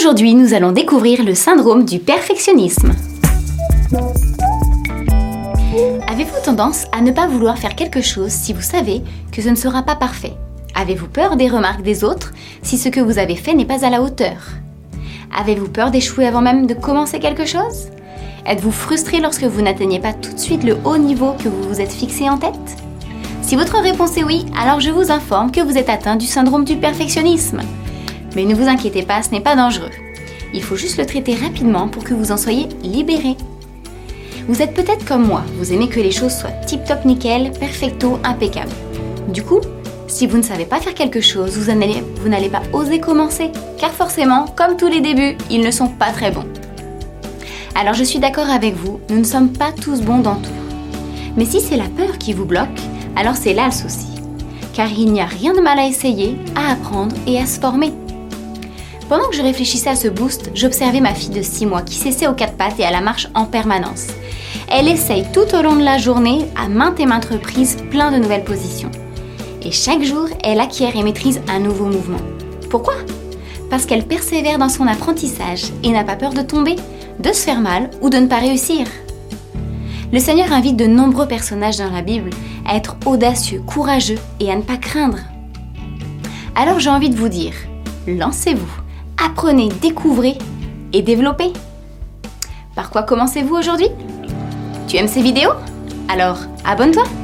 Aujourd'hui, nous allons découvrir le syndrome du perfectionnisme. Avez-vous tendance à ne pas vouloir faire quelque chose si vous savez que ce ne sera pas parfait? Avez-vous peur des remarques des autres si ce que vous avez fait n'est pas à la hauteur? Avez-vous peur d'échouer avant même de commencer quelque chose? Êtes-vous frustré lorsque vous n'atteignez pas tout de suite le haut niveau que vous vous êtes fixé en tête? Si votre réponse est oui, alors je vous informe que vous êtes atteint du syndrome du perfectionnisme. Mais ne vous inquiétez pas, ce n'est pas dangereux. Il faut juste le traiter rapidement pour que vous en soyez libéré. Vous êtes peut-être comme moi, vous aimez que les choses soient tip-top nickel, perfecto, impeccable. Du coup, si vous ne savez pas faire quelque chose, vous n'allez pas oser commencer, car forcément, comme tous les débuts, ils ne sont pas très bons. Alors je suis d'accord avec vous, nous ne sommes pas tous bons dans tout. Mais si c'est la peur qui vous bloque, alors c'est là le souci. Car il n'y a rien de mal à essayer, à apprendre et à se former. Pendant que je réfléchissais à ce boost, j'observais ma fille de 6 mois qui s'essaie aux 4 pattes et à la marche en permanence. Elle essaye tout au long de la journée, à maintes et maintes reprises, plein de nouvelles positions. Et chaque jour, elle acquiert et maîtrise un nouveau mouvement. Pourquoi? Parce qu'elle persévère dans son apprentissage et n'a pas peur de tomber, de se faire mal ou de ne pas réussir. Le Seigneur invite de nombreux personnages dans la Bible à être audacieux, courageux et à ne pas craindre. Alors j'ai envie de vous dire, lancez-vous, apprenez, découvrez et développez. Par quoi commencez-vous aujourd'hui? Tu aimes ces vidéos? Alors abonne-toi!